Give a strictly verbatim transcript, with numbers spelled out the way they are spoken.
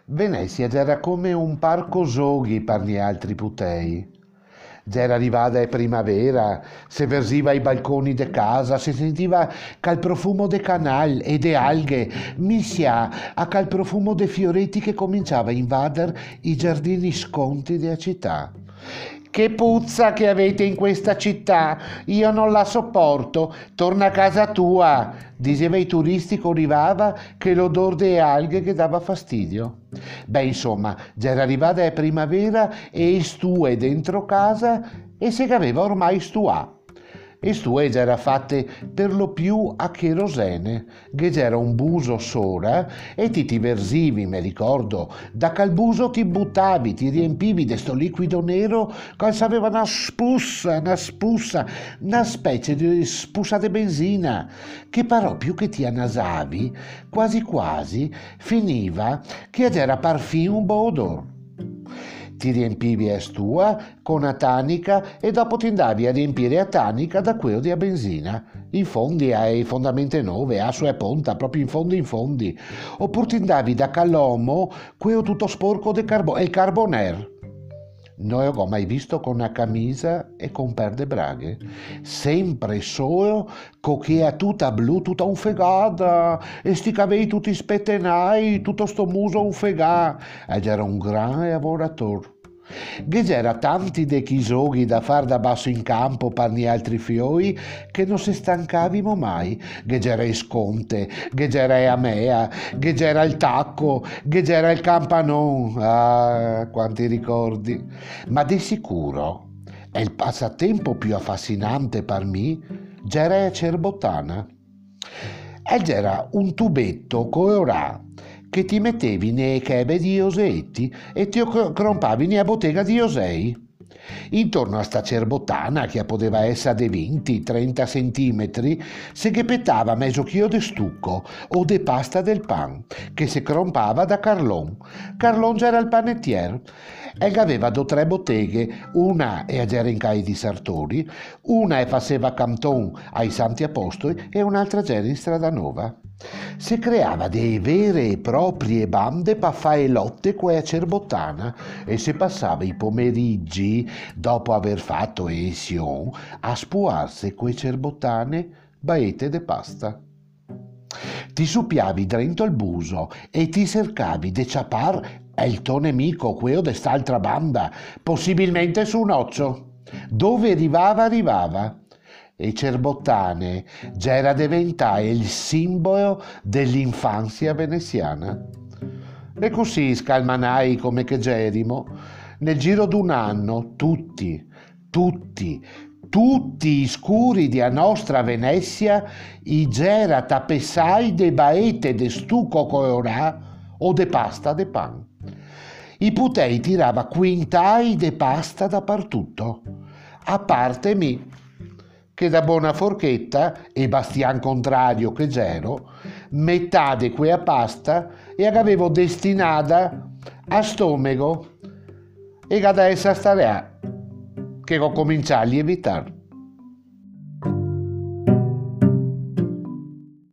Venezia era come un parco zoghi per gli altri putei. Era arrivata primavera, se versiva ai balconi de casa, si sentiva cal profumo de canal e de alghe, misia a cal profumo de fioretti che cominciava a invadere i giardini sconti della città. Che puzza che avete in questa città, io non la sopporto, torna a casa tua, diceva ai turisti che arrivava che l'odor delle alghe che dava fastidio. Beh, insomma, già era arrivata la primavera e stue dentro casa e se che aveva ormai stua. E stue già era fatte per lo più a cherosene, che c'era un buso sola e ti ti versivi, mi ricordo, da quel buso ti buttavi, ti riempivi di sto liquido nero che aveva una spussa, una spussa, una specie di spussa di benzina, che però più che ti annasavi, quasi quasi finiva che era parfum un buon odor. Ti riempivi a stua con a tanica e dopo ti andavi a riempire a tanica da quello di a benzina. In fondi ai fondamente nuove, a sua ponta, proprio in fondi in fondi. Oppure ti andavi da callomo quello tutto sporco del carbo- il carboner. Non ho mai visto con una camisa e con perde braghe, sempre solo che a tutta blu, tutta un fegata, e sti capelli tutti spettenai, tutto sto muso un fegà, ed era un gran lavoratore. Che c'era tanti de chisoghi da far da basso in campo per gli altri fioi che non si stancavimo mai, che c'era il sconte, che c'era Amea, che c'era il tacco, che c'era il campanon, ah, quanti ricordi. Ma di sicuro è il passatempo più affascinante per me, c'era la cerbottana. E c'era un tubetto colorà che ti mettevi nei chebe di Iosetti e ti crompavi nella bottega di Iosei. Intorno a sta cerbottana, che poteva essere di venti trenta centimetri, si ghepettava mezzo chilo di stucco o di pasta del pan, che si crompava da Carlon. Carlon era il panettiere e aveva due o tre botteghe, una è a Gerincai di Sartori, una e faceva canton ai Santi Apostoli e un'altra era in Stradanova. Si creava dei vere e proprie bande per fare lotte qua a Cerbottana e si passava i pomeriggi, dopo aver fatto esion, a spuarsi quei cerbottane baette de pasta. Ti suppiavi dentro il buso e ti cercavi di ciapar il tuo nemico, quello di st'altra banda, possibilmente su un occio. Dove arrivava, arrivava. E Cerbottane già era diventato il simbolo dell'infanzia veneziana. E così scalmanai come che gerimo, nel giro d'un anno tutti, tutti, tutti i scuri di a nostra Venezia i gera tapessai de baete de stucco colorà o de pasta de pan. I putei tirava quintai de pasta dappertutto, a parte me, che da buona forchetta, e bastian contrario che gero, metà di quella pasta e avevo destinata a stomaco e che adesso stare a che ho cominciato a lievitare.